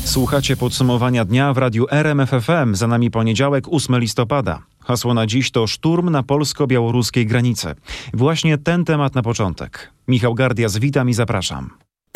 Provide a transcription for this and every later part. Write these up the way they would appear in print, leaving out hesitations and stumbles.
Słuchacie podsumowania dnia w radiu RMF FM. Za nami poniedziałek, 8 listopada. Hasło na dziś to szturm na polsko-białoruskiej granicy. Właśnie ten temat na początek. Michał Gardias, witam i zapraszam.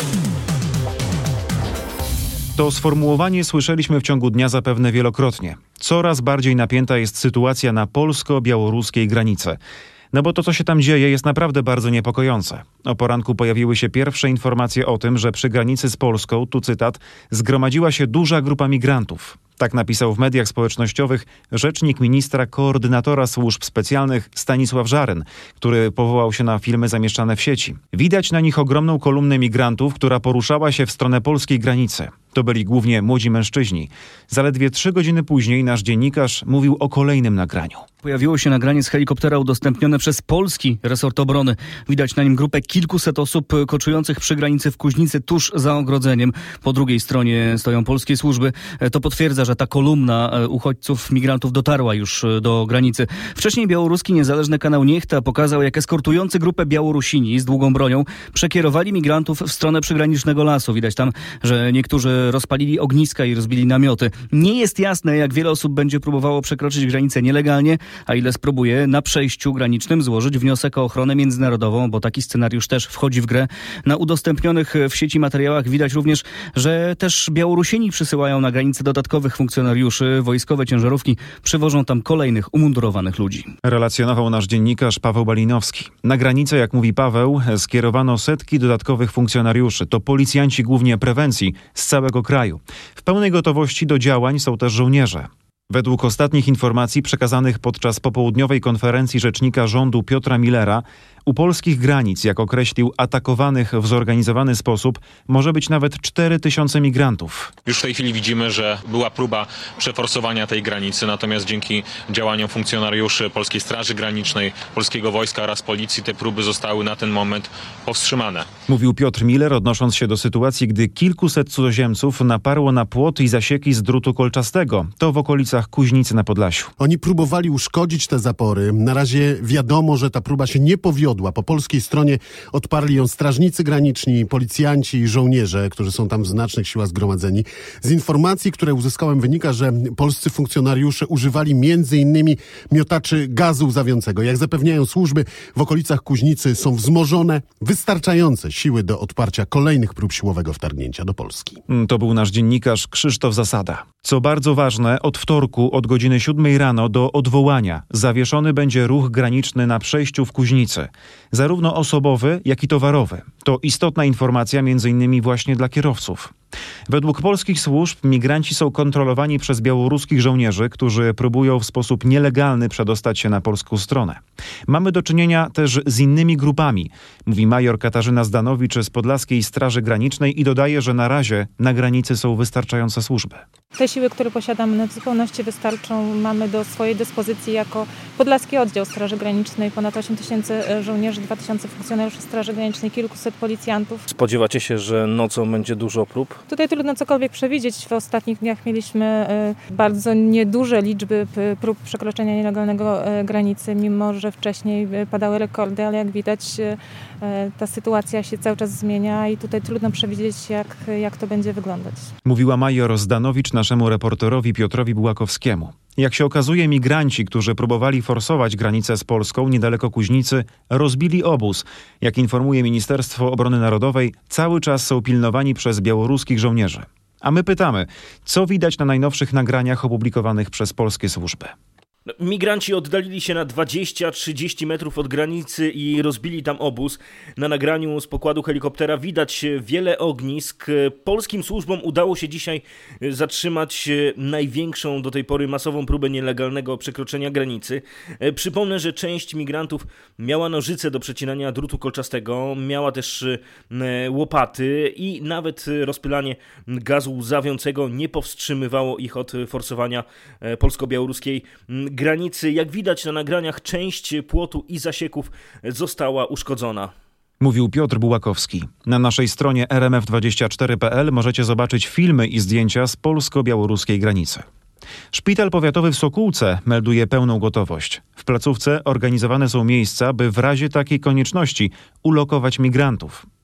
To sformułowanie słyszeliśmy w ciągu dnia zapewne wielokrotnie. Coraz bardziej napięta jest sytuacja na polsko-białoruskiej granicy. No bo to, co się tam dzieje, jest naprawdę bardzo niepokojące. O poranku pojawiły się pierwsze informacje o tym, że przy granicy z Polską, tu cytat, zgromadziła się duża grupa migrantów. Tak napisał w mediach społecznościowych rzecznik ministra koordynatora służb specjalnych Stanisław Żaryn, który powołał się na filmy zamieszczane w sieci. Widać na nich ogromną kolumnę migrantów, która poruszała się w stronę polskiej granicy. To byli głównie młodzi mężczyźni. Zaledwie 3 godziny później nasz dziennikarz mówił o kolejnym nagraniu. Pojawiło się nagranie z helikoptera udostępnione przez polski resort obrony. Widać na nim grupę kilkuset osób koczujących przy granicy w Kuźnicy tuż za ogrodzeniem. Po drugiej stronie stoją polskie służby. To potwierdza, że ta kolumna uchodźców, migrantów dotarła już do granicy. Wcześniej białoruski niezależny kanał Niechta pokazał, jak eskortujący grupę Białorusini z długą bronią przekierowali migrantów w stronę przygranicznego lasu. Widać tam, że niektórzy rozpalili ogniska i rozbili namioty. Nie jest jasne, jak wiele osób będzie próbowało przekroczyć granicę nielegalnie, a ile spróbuje na przejściu granicznym złożyć wniosek o ochronę międzynarodową, bo taki scenariusz też wchodzi w grę. Na udostępnionych w sieci materiałach widać również, że też Białorusini przysyłają na granicę dodatkowych funkcjonariuszy. Wojskowe ciężarówki przywożą tam kolejnych umundurowanych ludzi. Relacjonował nasz dziennikarz Paweł Balinowski. Na granicę, jak mówi Paweł, skierowano setki dodatkowych funkcjonariuszy. To policjanci głównie prewencji z całego kraju. W pełnej gotowości do działań są też żołnierze. Według ostatnich informacji przekazanych podczas popołudniowej konferencji rzecznika rządu Piotra Millera, u polskich granic, jak określił, atakowanych w zorganizowany sposób, może być nawet 4000 migrantów. Już w tej chwili widzimy, że była próba przeforsowania tej granicy, natomiast dzięki działaniom funkcjonariuszy Polskiej Straży Granicznej, Polskiego Wojska oraz Policji te próby zostały na ten moment powstrzymane. Mówił Piotr Miller, odnosząc się do sytuacji, gdy kilkuset cudzoziemców naparło na płot i zasieki z drutu kolczastego. To w okolicach Kuźnicy na Podlasiu. Oni próbowali uszkodzić te zapory. Na razie wiadomo, że ta próba się nie powiodła. Po polskiej stronie odparli ją strażnicy graniczni, policjanci i żołnierze, którzy są tam w znacznych siłach zgromadzeni. Z informacji, które uzyskałem, wynika, że polscy funkcjonariusze używali m.in. miotaczy gazu łzawiącego. Jak zapewniają służby, w okolicach Kuźnicy są wzmożone, wystarczające siły do odparcia kolejnych prób siłowego wtargnięcia do Polski. To był nasz dziennikarz Krzysztof Zasada. Co bardzo ważne, od wtorku od godziny 7 rano do odwołania zawieszony będzie ruch graniczny na przejściu w Kuźnicy. Zarówno osobowy, jak i towarowy. To istotna informacja m.in. właśnie dla kierowców. Według polskich służb migranci są kontrolowani przez białoruskich żołnierzy, którzy próbują w sposób nielegalny przedostać się na polską stronę. Mamy do czynienia też z innymi grupami, mówi major Katarzyna Zdanowicz z Podlaskiej Straży Granicznej i dodaje, że na razie na granicy są wystarczające służby. Te siły, które posiadamy, w zupełności wystarczą. Mamy do swojej dyspozycji jako Podlaski Oddział Straży Granicznej ponad 8000 żołnierzy, 2000 funkcjonariuszy Straży Granicznej, kilkuset policjantów. Spodziewacie się, że nocą będzie dużo prób? Tutaj trudno cokolwiek przewidzieć. W ostatnich dniach mieliśmy bardzo nieduże liczby prób przekroczenia nielegalnego granicy, mimo że wcześniej padały rekordy, ale jak widać ta sytuacja się cały czas zmienia i tutaj trudno przewidzieć, jak to będzie wyglądać. Mówiła major Zdanowicz naszemu reporterowi Piotrowi Bułakowskiemu. Jak się okazuje, migranci, którzy próbowali forsować granicę z Polską niedaleko Kuźnicy, rozbili obóz. Jak informuje Ministerstwo Obrony Narodowej, cały czas są pilnowani przez białoruskich żołnierzy. A my pytamy, co widać na najnowszych nagraniach opublikowanych przez polskie służby. Migranci oddalili się na 20-30 metrów od granicy i rozbili tam obóz. Na nagraniu z pokładu helikoptera widać wiele ognisk. Polskim służbom udało się dzisiaj zatrzymać największą do tej pory masową próbę nielegalnego przekroczenia granicy. Przypomnę, że część migrantów miała nożyce do przecinania drutu kolczastego, miała też łopaty i nawet rozpylanie gazu łzawiącego nie powstrzymywało ich od forsowania polsko-białoruskiej granicy. Jak widać na nagraniach, część płotu i zasieków została uszkodzona. Mówił Piotr Bułakowski. Na naszej stronie rmf24.pl możecie zobaczyć filmy i zdjęcia z polsko-białoruskiej granicy. Szpital powiatowy w Sokółce melduje pełną gotowość. W placówce organizowane są miejsca, by w razie takiej konieczności ulokować migrantów.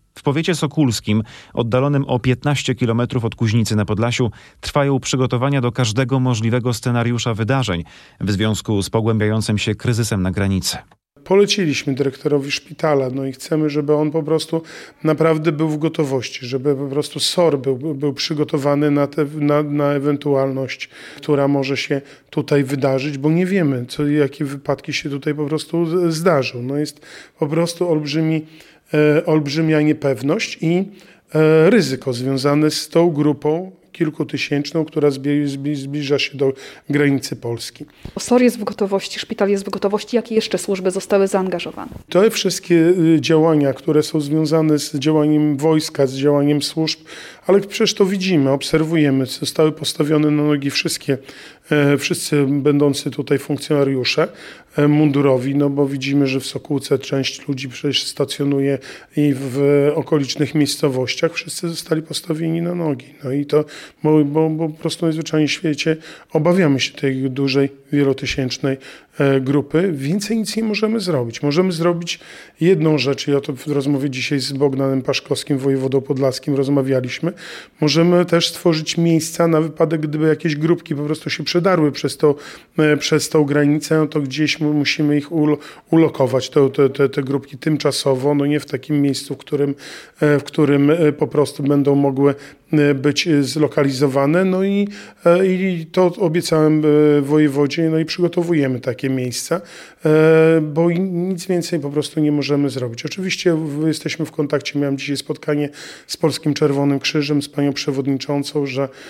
W powiecie sokólskim, oddalonym o 15 km od Kuźnicy na Podlasiu, trwają przygotowania do każdego możliwego scenariusza wydarzeń w związku z pogłębiającym się kryzysem na granicy. Poleciliśmy dyrektorowi szpitala, i chcemy, żeby on po prostu naprawdę był w gotowości, żeby po prostu SOR był przygotowany na ewentualność, która może się tutaj wydarzyć, bo nie wiemy, jakie wypadki się tutaj po prostu zdarzą. Jest po prostu olbrzymia niepewność i ryzyko związane z tą grupą kilkutysięczną, która zbliża się do granicy Polski. SOR jest w gotowości, szpital jest w gotowości. Jakie jeszcze służby zostały zaangażowane? Te wszystkie działania, które są związane z działaniem wojska, z działaniem służb, ale przecież to widzimy, obserwujemy, zostały postawione na nogi wszyscy będący tutaj funkcjonariusze mundurowi, bo widzimy, że w Sokółce część ludzi przecież stacjonuje i w okolicznych miejscowościach. Wszyscy zostali postawieni na nogi. I to, bo po prostu najzwyczajniej w świecie obawiamy się tej dużej, wielotysięcznej grupy. Więcej nic nie możemy zrobić. Możemy zrobić jedną rzecz, ja to w rozmowie dzisiaj z Bogdanem Paszkowskim, wojewodą podlaskim rozmawialiśmy. Możemy też stworzyć miejsca na wypadek, gdyby jakieś grupki po prostu się przedarły przez tą granicę, to gdzieś musimy ich ulokować, te grupki tymczasowo, nie w takim miejscu, w którym po prostu będą mogły być zlokalizowane. I to obiecałem wojewodzie, i przygotowujemy takie miejsca, bo nic więcej po prostu nie możemy zrobić. Oczywiście jesteśmy w kontakcie, miałem dzisiaj spotkanie z Polskim Czerwonym Krzyżem, z panią przewodniczącą,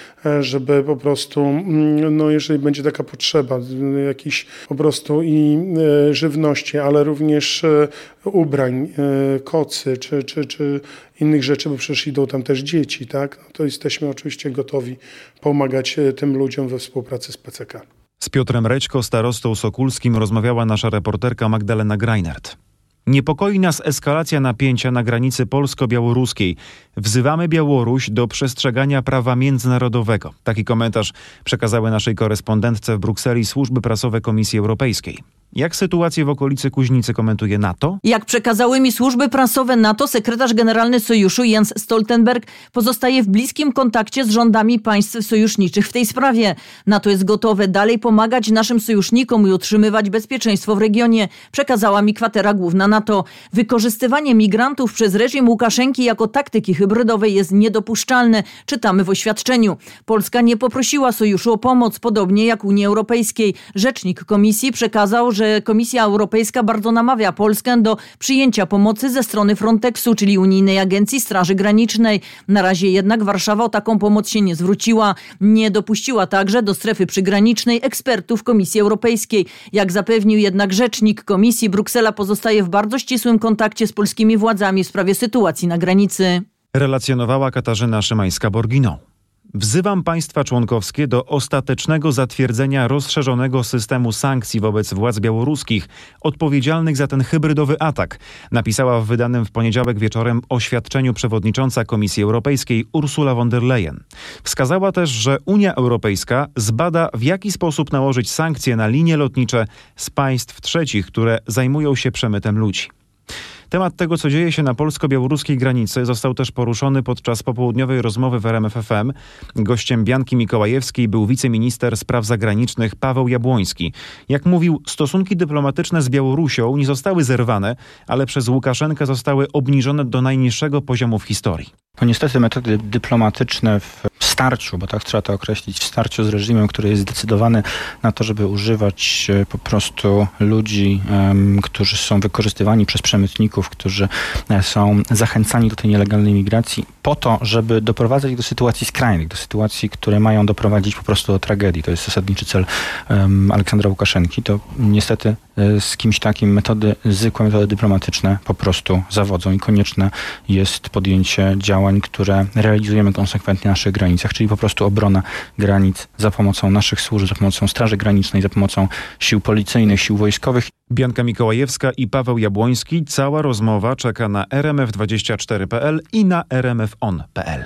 żeby po prostu, jeżeli będzie taka potrzeba, jakiejś po prostu i żywności, ale również ubrań, kocy, czy innych rzeczy, bo przecież idą tam też dzieci, tak? To jesteśmy oczywiście gotowi pomagać tym ludziom we współpracy z PCK. Z Piotrem Rećko, starostą sokólskim, rozmawiała nasza reporterka Magdalena Greinert. Niepokoi nas eskalacja napięcia na granicy polsko-białoruskiej. Wzywamy Białoruś do przestrzegania prawa międzynarodowego. Taki komentarz przekazały naszej korespondentce w Brukseli służby prasowe Komisji Europejskiej. Jak sytuację w okolicy Kuźnicy komentuje NATO? Jak przekazały mi służby prasowe NATO, sekretarz generalny Sojuszu Jens Stoltenberg pozostaje w bliskim kontakcie z rządami państw sojuszniczych w tej sprawie. NATO jest gotowe dalej pomagać naszym sojusznikom i utrzymywać bezpieczeństwo w regionie, przekazała mi kwatera główna NATO. Wykorzystywanie migrantów przez reżim Łukaszenki jako taktyki hybrydowej jest niedopuszczalne, czytamy w oświadczeniu. Polska nie poprosiła Sojuszu o pomoc, podobnie jak Unii Europejskiej. Rzecznik Komisji przekazał, że Komisja Europejska bardzo namawia Polskę do przyjęcia pomocy ze strony Frontexu, czyli Unijnej Agencji Straży Granicznej. Na razie jednak Warszawa o taką pomoc się nie zwróciła. Nie dopuściła także do strefy przygranicznej ekspertów Komisji Europejskiej. Jak zapewnił jednak rzecznik Komisji, Bruksela pozostaje w bardzo ścisłym kontakcie z polskimi władzami w sprawie sytuacji na granicy. Relacjonowała Katarzyna Szymańska-Borginą. Wzywam państwa członkowskie do ostatecznego zatwierdzenia rozszerzonego systemu sankcji wobec władz białoruskich odpowiedzialnych za ten hybrydowy atak, napisała w wydanym w poniedziałek wieczorem oświadczeniu przewodnicząca Komisji Europejskiej Ursula von der Leyen. Wskazała też, że Unia Europejska zbada, w jaki sposób nałożyć sankcje na linie lotnicze z państw trzecich, które zajmują się przemytem ludzi. Temat tego, co dzieje się na polsko-białoruskiej granicy, został też poruszony podczas popołudniowej rozmowy w RMF FM. Gościem Bianki Mikołajewskiej był wiceminister spraw zagranicznych Paweł Jabłoński. Jak mówił, stosunki dyplomatyczne z Białorusią nie zostały zerwane, ale przez Łukaszenkę zostały obniżone do najniższego poziomu w historii. Niestety metody dyplomatyczne w starciu, bo tak trzeba to określić, w starciu z reżimem, który jest zdecydowany na to, żeby używać po prostu ludzi, którzy są wykorzystywani przez przemytników, którzy są zachęcani do tej nielegalnej migracji po to, żeby doprowadzać do sytuacji skrajnych, do sytuacji, które mają doprowadzić po prostu do tragedii. To jest zasadniczy cel Aleksandra Łukaszenki. To niestety z kimś takim zwykłe metody dyplomatyczne po prostu zawodzą i konieczne jest podjęcie działań, które realizujemy konsekwentnie na naszych granicach, czyli po prostu obrona granic za pomocą naszych służb, za pomocą Straży Granicznej, za pomocą sił policyjnych, sił wojskowych. Bianka Mikołajewska i Paweł Jabłoński. Cała rozmowa czeka na rmf24.pl i na rmfon.pl.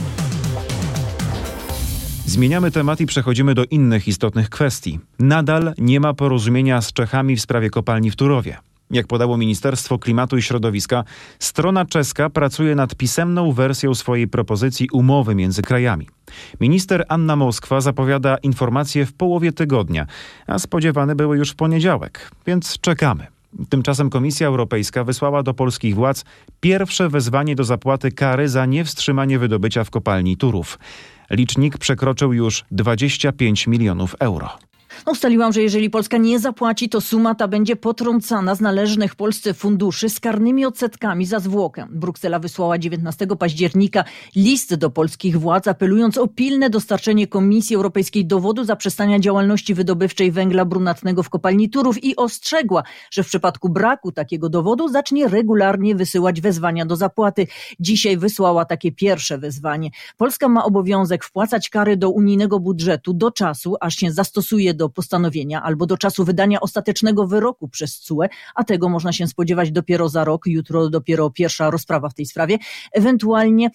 Zmieniamy temat i przechodzimy do innych istotnych kwestii. Nadal nie ma porozumienia z Czechami w sprawie kopalni w Turowie. Jak podało Ministerstwo Klimatu i Środowiska, strona czeska pracuje nad pisemną wersją swojej propozycji umowy między krajami. Minister Anna Moskwa zapowiada informacje w połowie tygodnia, a spodziewane były już w poniedziałek, więc czekamy. Tymczasem Komisja Europejska wysłała do polskich władz pierwsze wezwanie do zapłaty kary za niewstrzymanie wydobycia w kopalni Turów. Licznik przekroczył już 25 milionów euro. Ustaliłam, że jeżeli Polska nie zapłaci, to suma ta będzie potrącana z należnych Polsce funduszy z karnymi odsetkami za zwłokę. Bruksela wysłała 19 października list do polskich władz, apelując o pilne dostarczenie Komisji Europejskiej dowodu zaprzestania działalności wydobywczej węgla brunatnego w kopalni Turów i ostrzegła, że w przypadku braku takiego dowodu zacznie regularnie wysyłać wezwania do zapłaty. Dzisiaj wysłała takie pierwsze wezwanie. Polska ma obowiązek wpłacać kary do unijnego budżetu do czasu, aż się zastosuje do postanowienia albo do czasu wydania ostatecznego wyroku przez TSUE, a tego można się spodziewać dopiero za rok. Jutro dopiero pierwsza rozprawa w tej sprawie. Ewentualnie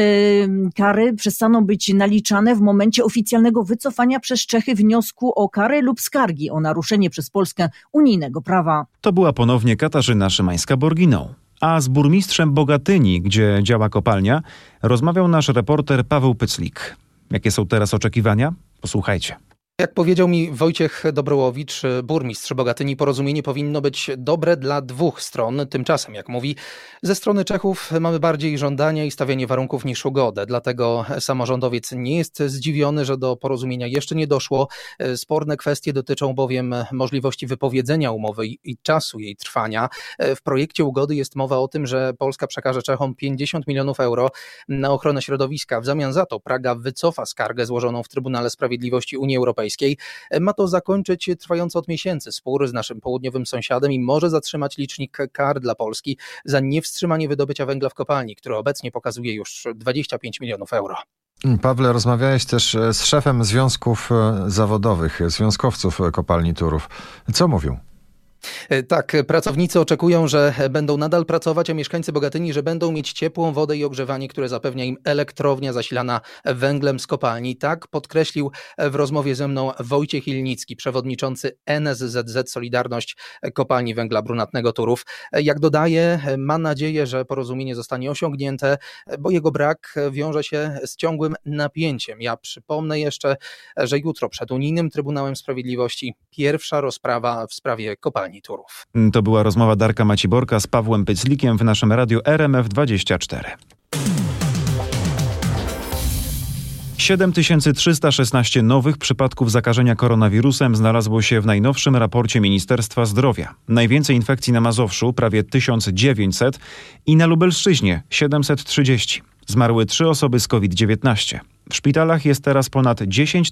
kary przestaną być naliczane w momencie oficjalnego wycofania przez Czechy wniosku o karę lub skargi o naruszenie przez Polskę unijnego prawa. To była ponownie Katarzyna Szymańska-Borginą. A z burmistrzem Bogatyni, gdzie działa kopalnia, rozmawiał nasz reporter Paweł Pyclik. Jakie są teraz oczekiwania? Posłuchajcie. Jak powiedział mi Wojciech Dobrołowicz, burmistrz Bogatyni, porozumienie powinno być dobre dla dwóch stron. Tymczasem, jak mówi, ze strony Czechów mamy bardziej żądania i stawianie warunków niż ugodę. Dlatego samorządowiec nie jest zdziwiony, że do porozumienia jeszcze nie doszło. Sporne kwestie dotyczą bowiem możliwości wypowiedzenia umowy i czasu jej trwania. W projekcie ugody jest mowa o tym, że Polska przekaże Czechom 50 milionów euro na ochronę środowiska. W zamian za to Praga wycofa skargę złożoną w Trybunale Sprawiedliwości Unii Europejskiej. Ma to zakończyć trwający od miesięcy spór z naszym południowym sąsiadem i może zatrzymać licznik kar dla Polski za niewstrzymanie wydobycia węgla w kopalni, który obecnie pokazuje już 25 milionów euro. Pawle, rozmawiałeś też z szefem związków zawodowych, związkowców kopalni Turów. Co mówią? Tak, pracownicy oczekują, że będą nadal pracować, a mieszkańcy Bogatyni, że będą mieć ciepłą wodę i ogrzewanie, które zapewnia im elektrownia zasilana węglem z kopalni. Tak podkreślił w rozmowie ze mną Wojciech Ilnicki, przewodniczący NSZZ Solidarność Kopalni Węgla Brunatnego Turów. Jak dodaje, ma nadzieję, że porozumienie zostanie osiągnięte, bo jego brak wiąże się z ciągłym napięciem. Ja przypomnę jeszcze, że jutro przed Unijnym Trybunałem Sprawiedliwości pierwsza rozprawa w sprawie kopalni Turów. To była rozmowa Darka Maciborka z Pawłem Pyclikiem w naszym radiu RMF24. 7316 nowych przypadków zakażenia koronawirusem znalazło się w najnowszym raporcie Ministerstwa Zdrowia. Najwięcej infekcji na Mazowszu, prawie 1900, i na Lubelszczyźnie 730. Zmarły 3 osoby z COVID-19. W szpitalach jest teraz ponad 10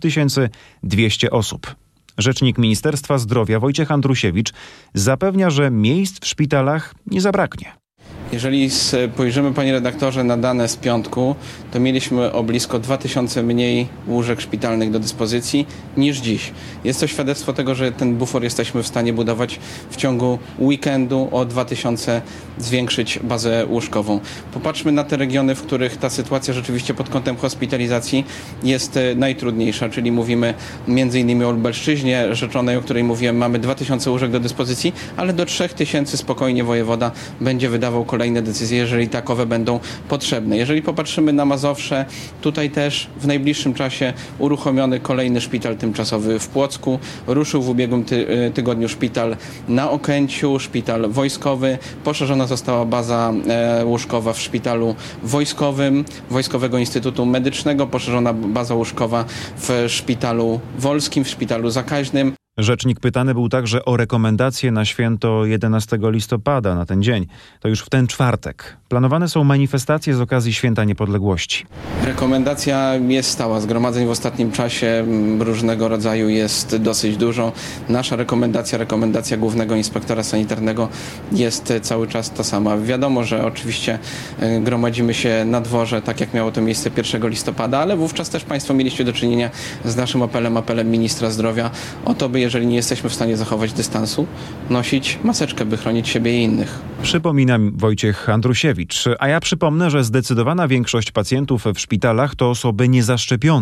200 osób. Rzecznik Ministerstwa Zdrowia Wojciech Andrusiewicz zapewnia, że miejsc w szpitalach nie zabraknie. Jeżeli spojrzymy, panie redaktorze, na dane z piątku, to mieliśmy o blisko 2000 mniej łóżek szpitalnych do dyspozycji niż dziś. Jest to świadectwo tego, że ten bufor jesteśmy w stanie budować w ciągu weekendu o 2000 zwiększyć bazę łóżkową. Popatrzmy na te regiony, w których ta sytuacja rzeczywiście pod kątem hospitalizacji jest najtrudniejsza, czyli mówimy m.in. o Lubelszczyźnie Rzeczonej, o której mówiłem, mamy 2000 łóżek do dyspozycji, ale do 3000 spokojnie wojewoda będzie wydawał kolejne decyzje, jeżeli takowe będą potrzebne. Jeżeli popatrzymy na Mazowsze, tutaj też w najbliższym czasie uruchomiony kolejny szpital tymczasowy w Płocku. Ruszył w ubiegłym tygodniu szpital na Okęciu, szpital wojskowy. Poszerzona została baza łóżkowa w szpitalu wojskowym, Wojskowego Instytutu Medycznego, poszerzona baza łóżkowa w szpitalu wolskim, w szpitalu zakaźnym. Rzecznik pytany był także o rekomendacje na święto 11 listopada, na ten dzień. To już w ten czwartek. Planowane są manifestacje z okazji Święta Niepodległości. Rekomendacja jest stała. Zgromadzeń w ostatnim czasie różnego rodzaju jest dosyć dużo. Nasza rekomendacja Głównego Inspektora Sanitarnego jest cały czas ta sama. Wiadomo, że oczywiście gromadzimy się na dworze, tak jak miało to miejsce 1 listopada, ale wówczas też państwo mieliście do czynienia z naszym apelem ministra zdrowia o to, by jeżeli nie jesteśmy w stanie zachować dystansu, nosić maseczkę, by chronić siebie i innych. Przypomina Wojciech Andrusiewicz, a ja przypomnę, że zdecydowana większość pacjentów w szpitalach to osoby niezaszczepione.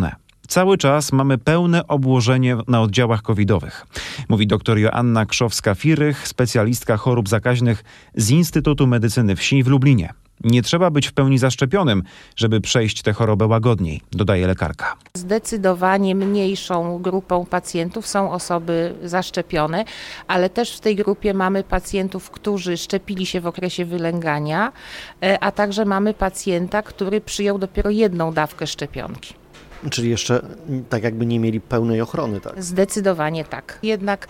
Cały czas mamy pełne obłożenie na oddziałach covidowych, mówi dr Joanna Krzowska-Firych, specjalistka chorób zakaźnych z Instytutu Medycyny Wsi w Lublinie. Nie trzeba być w pełni zaszczepionym, żeby przejść tę chorobę łagodniej, dodaje lekarka. Zdecydowanie mniejszą grupą pacjentów są osoby zaszczepione, ale też w tej grupie mamy pacjentów, którzy szczepili się w okresie wylęgania, a także mamy pacjenta, który przyjął dopiero jedną dawkę szczepionki. Czyli jeszcze tak jakby nie mieli pełnej ochrony, tak? Zdecydowanie tak. Jednak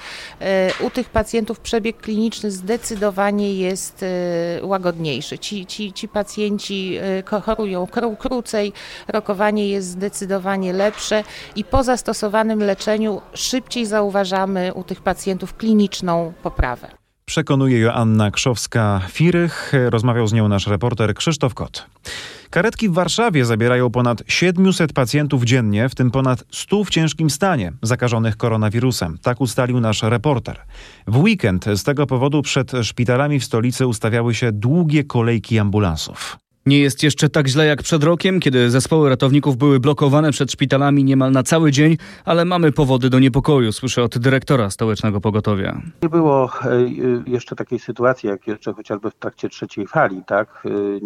u tych pacjentów przebieg kliniczny zdecydowanie jest łagodniejszy. Ci pacjenci chorują krócej, rokowanie jest zdecydowanie lepsze i po zastosowanym leczeniu szybciej zauważamy u tych pacjentów kliniczną poprawę. Przekonuje Joanna Krzowska-Firych. Rozmawiał z nią nasz reporter Krzysztof Kot. Karetki w Warszawie zabierają ponad 700 pacjentów dziennie, w tym ponad 100 w ciężkim stanie zakażonych koronawirusem. Tak ustalił nasz reporter. W weekend z tego powodu przed szpitalami w stolicy ustawiały się długie kolejki ambulansów. Nie jest jeszcze tak źle jak przed rokiem, kiedy zespoły ratowników były blokowane przed szpitalami niemal na cały dzień, ale mamy powody do niepokoju, słyszę od dyrektora stołecznego pogotowia. Nie było jeszcze takiej sytuacji, jak jeszcze chociażby w trakcie trzeciej fali, tak?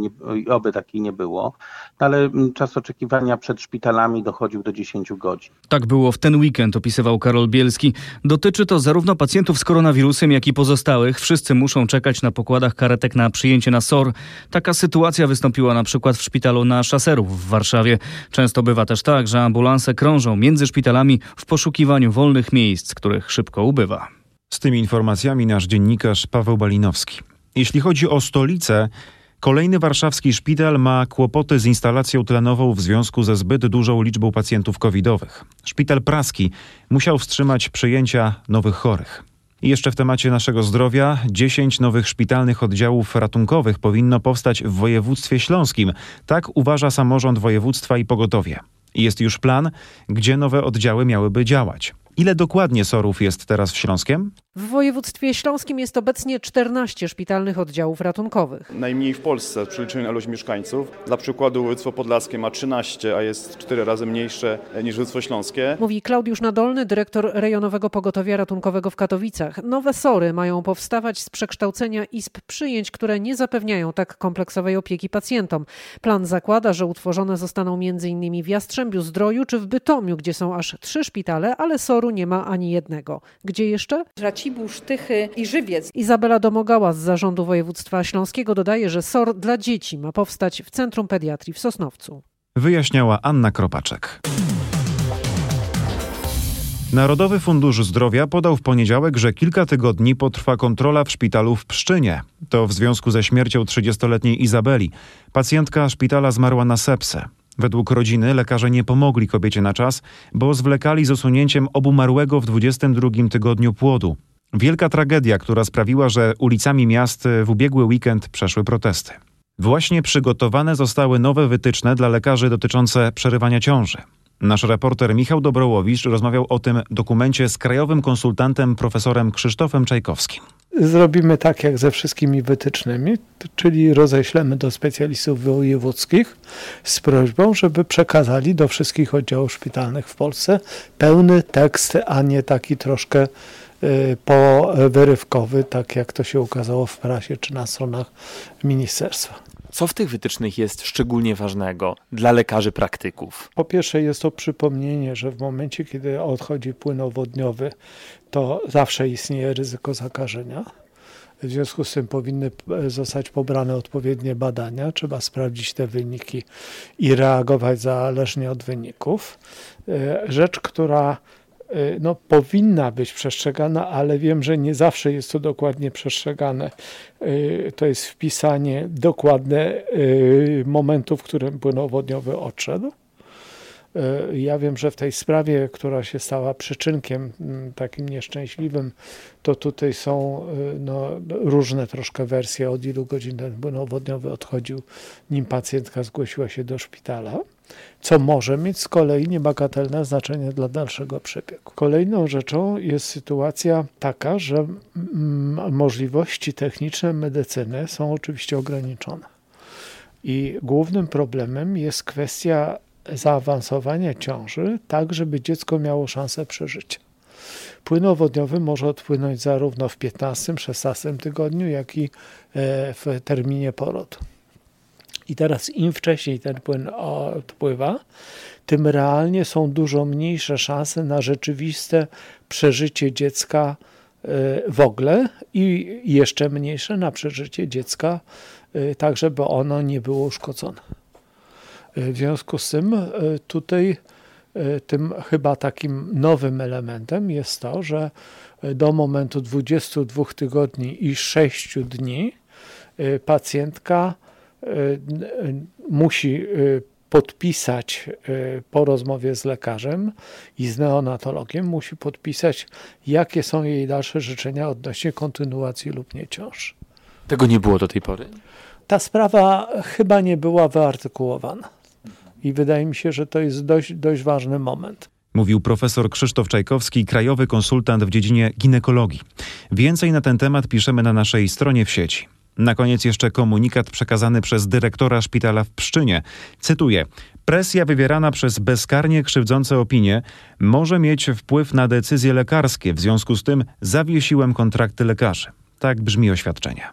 Oby takiej nie było, ale czas oczekiwania przed szpitalami dochodził do 10 godzin. Tak było w ten weekend, opisywał Karol Bielski. Dotyczy to zarówno pacjentów z koronawirusem, jak i pozostałych. Wszyscy muszą czekać na pokładach karetek na przyjęcie na SOR. Taka sytuacja wystąpiła na przykład w szpitalu na Szaserów w Warszawie. Często bywa też tak, że ambulanse krążą między szpitalami w poszukiwaniu wolnych miejsc, których szybko ubywa. Z tymi informacjami nasz dziennikarz Paweł Balinowski. Jeśli chodzi o stolicę, kolejny warszawski szpital ma kłopoty z instalacją tlenową w związku ze zbyt dużą liczbą pacjentów covidowych. Szpital praski musiał wstrzymać przyjęcia nowych chorych. I jeszcze w temacie naszego zdrowia 10 nowych szpitalnych oddziałów ratunkowych powinno powstać w województwie śląskim. Tak uważa samorząd województwa i pogotowie. Jest już plan, gdzie nowe oddziały miałyby działać. Ile dokładnie SOR-ów jest teraz w Śląskiem? W województwie śląskim jest obecnie 14 szpitalnych oddziałów ratunkowych. Najmniej w Polsce, przeliczeniu na ilość mieszkańców. Dla przykładu województwo podlaskie ma 13, a jest 4 razy mniejsze niż województwo śląskie. Mówi Klaudiusz Nadolny, dyrektor rejonowego pogotowia ratunkowego w Katowicach. Nowe SOR-y mają powstawać z przekształcenia izb przyjęć, które nie zapewniają tak kompleksowej opieki pacjentom. Plan zakłada, że utworzone zostaną m.in. w Jastrzębiu Zdroju czy w Bytomiu, gdzie są aż 3 szpitale, ale SOR-u nie ma ani jednego. Gdzie jeszcze? Racibórz, Tychy i Żywiec. Izabela Domogała z Zarządu Województwa Śląskiego dodaje, że SOR dla dzieci ma powstać w Centrum Pediatrii w Sosnowcu. Wyjaśniała Anna Kropaczek. Narodowy Fundusz Zdrowia podał w poniedziałek, że kilka tygodni potrwa kontrola w szpitalu w Pszczynie. To w związku ze śmiercią 30-letniej Izabeli. Pacjentka szpitala zmarła na sepsę. Według rodziny lekarze nie pomogli kobiecie na czas, bo zwlekali z usunięciem obumarłego w 22 tygodniu płodu. Wielka tragedia, która sprawiła, że ulicami miast w ubiegły weekend przeszły protesty. Właśnie przygotowane zostały nowe wytyczne dla lekarzy dotyczące przerywania ciąży. Nasz reporter Michał Dobrołowicz rozmawiał o tym dokumencie z krajowym konsultantem profesorem Krzysztofem Czajkowskim. Zrobimy tak jak ze wszystkimi wytycznymi, czyli roześlemy do specjalistów wojewódzkich z prośbą, żeby przekazali do wszystkich oddziałów szpitalnych w Polsce pełny tekst, a nie taki troszkę powyrywkowy, tak jak to się ukazało w prasie czy na stronach ministerstwa. Co w tych wytycznych jest szczególnie ważnego dla lekarzy praktyków? Po pierwsze jest to przypomnienie, że w momencie, kiedy odchodzi płyn owodniowy, to zawsze istnieje ryzyko zakażenia. W związku z tym powinny zostać pobrane odpowiednie badania. Trzeba sprawdzić te wyniki i reagować zależnie od wyników. Rzecz, która powinna być przestrzegana, ale wiem, że nie zawsze jest to dokładnie przestrzegane. To jest wpisanie dokładne momentu, w którym płyn owodniowy odszedł. Ja wiem, że w tej sprawie, która się stała przyczynkiem takim nieszczęśliwym, to tutaj są różne troszkę wersje, od ilu godzin ten płyn owodniowy odchodził, nim pacjentka zgłosiła się do szpitala, co może mieć z kolei niebagatelne znaczenie dla dalszego przebiegu. Kolejną rzeczą jest sytuacja taka, że możliwości techniczne medycyny są oczywiście ograniczone. I głównym problemem jest kwestia zaawansowania ciąży, tak żeby dziecko miało szansę przeżycia. Płyn owodniowy może odpłynąć zarówno w 15, 16 tygodniu, jak i w terminie porodu. I teraz im wcześniej ten płyn odpływa, tym realnie są dużo mniejsze szanse na rzeczywiste przeżycie dziecka w ogóle i jeszcze mniejsze na przeżycie dziecka, tak żeby ono nie było uszkodzone. W związku z tym tutaj tym chyba takim nowym elementem jest to, że do momentu 22 tygodni i 6 dni pacjentka musi podpisać po rozmowie z lekarzem i z neonatologiem, musi podpisać, jakie są jej dalsze życzenia odnośnie kontynuacji lub nie ciąży. Tego nie było do tej pory? Ta sprawa chyba nie była wyartykułowana i wydaje mi się, że to jest dość ważny moment. Mówił profesor Krzysztof Czajkowski, krajowy konsultant w dziedzinie ginekologii. Więcej na ten temat piszemy na naszej stronie w sieci. Na koniec jeszcze komunikat przekazany przez dyrektora szpitala w Pszczynie. Cytuję: presja wywierana przez bezkarnie krzywdzące opinie może mieć wpływ na decyzje lekarskie. W związku z tym zawiesiłem kontrakty lekarzy. Tak brzmi oświadczenie.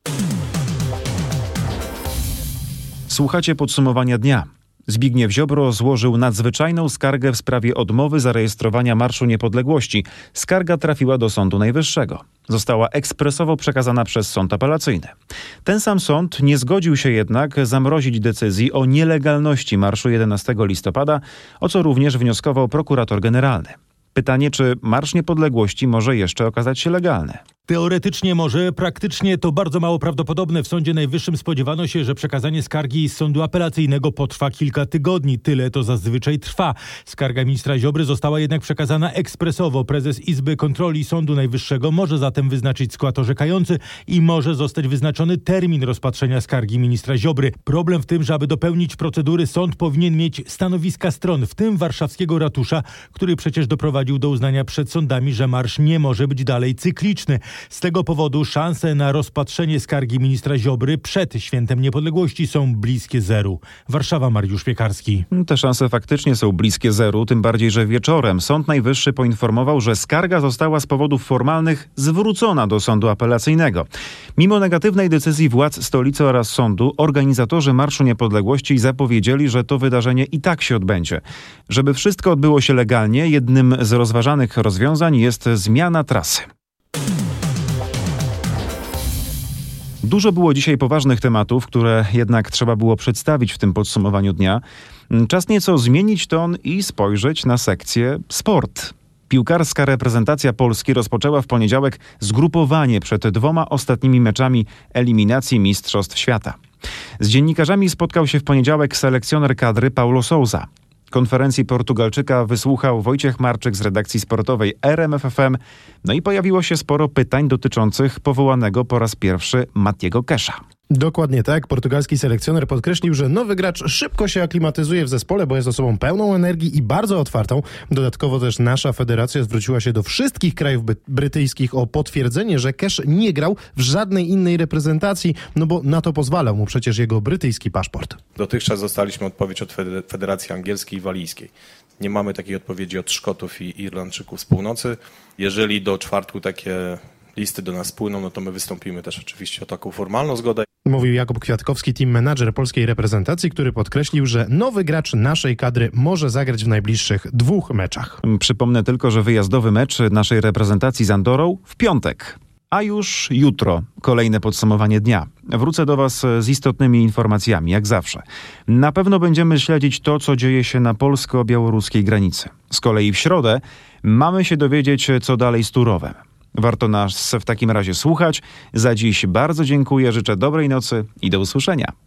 Słuchacie podsumowania dnia. Zbigniew Ziobro złożył nadzwyczajną skargę w sprawie odmowy zarejestrowania Marszu Niepodległości. Skarga trafiła do Sądu Najwyższego. Została ekspresowo przekazana przez sąd apelacyjny. Ten sam sąd nie zgodził się jednak zamrozić decyzji o nielegalności marszu 11 listopada, o co również wnioskował prokurator generalny. Pytanie, czy Marsz Niepodległości może jeszcze okazać się legalny? Teoretycznie może, praktycznie to bardzo mało prawdopodobne. W Sądzie Najwyższym spodziewano się, że przekazanie skargi z sądu apelacyjnego potrwa kilka tygodni. Tyle to zazwyczaj trwa. Skarga ministra Ziobry została jednak przekazana ekspresowo. Prezes Izby Kontroli Sądu Najwyższego może zatem wyznaczyć skład orzekający i może zostać wyznaczony termin rozpatrzenia skargi ministra Ziobry. Problem w tym, że aby dopełnić procedury, sąd powinien mieć stanowiska stron, w tym warszawskiego ratusza, który przecież doprowadził do uznania przed sądami, że marsz nie może być dalej cykliczny. Z tego powodu szanse na rozpatrzenie skargi ministra Ziobry przed Świętem Niepodległości są bliskie zeru. Warszawa, Mariusz Piekarski. Te szanse faktycznie są bliskie zeru, tym bardziej, że wieczorem Sąd Najwyższy poinformował, że skarga została z powodów formalnych zwrócona do sądu apelacyjnego. Mimo negatywnej decyzji władz stolicy oraz sądu, organizatorzy Marszu Niepodległości zapowiedzieli, że to wydarzenie i tak się odbędzie. Żeby wszystko odbyło się legalnie, jednym z rozważanych rozwiązań jest zmiana trasy. Dużo było dzisiaj poważnych tematów, które jednak trzeba było przedstawić w tym podsumowaniu dnia. Czas nieco zmienić ton i spojrzeć na sekcję sport. Piłkarska reprezentacja Polski rozpoczęła w poniedziałek zgrupowanie przed 2 ostatnimi meczami eliminacji Mistrzostw Świata. Z dziennikarzami spotkał się w poniedziałek selekcjoner kadry Paulo Sousa. Konferencji Portugalczyka wysłuchał Wojciech Marczyk z redakcji sportowej RMF FM. No i pojawiło się sporo pytań dotyczących powołanego po raz pierwszy Matiego Kesha. Dokładnie tak. Portugalski selekcjoner podkreślił, że nowy gracz szybko się aklimatyzuje w zespole, bo jest osobą pełną energii i bardzo otwartą. Dodatkowo też nasza federacja zwróciła się do wszystkich krajów brytyjskich o potwierdzenie, że Cash nie grał w żadnej innej reprezentacji, no bo na to pozwalał mu przecież jego brytyjski paszport. Dotychczas dostaliśmy odpowiedź od Federacji Angielskiej i Walijskiej. Nie mamy takiej odpowiedzi od Szkotów i Irlandczyków z północy. Jeżeli do czwartku takie listy do nas płyną, no to my wystąpimy też oczywiście o taką formalną zgodę. Mówił Jakub Kwiatkowski, team manager polskiej reprezentacji, który podkreślił, że nowy gracz naszej kadry może zagrać w najbliższych 2 meczach. Przypomnę tylko, że wyjazdowy mecz naszej reprezentacji z Andorrą w piątek. A już jutro kolejne podsumowanie dnia. Wrócę do Was z istotnymi informacjami, jak zawsze. Na pewno będziemy śledzić to, co dzieje się na polsko-białoruskiej granicy. Z kolei w środę mamy się dowiedzieć, co dalej z Turowem. Warto nas w takim razie słuchać. Za dziś bardzo dziękuję, życzę dobrej nocy i do usłyszenia.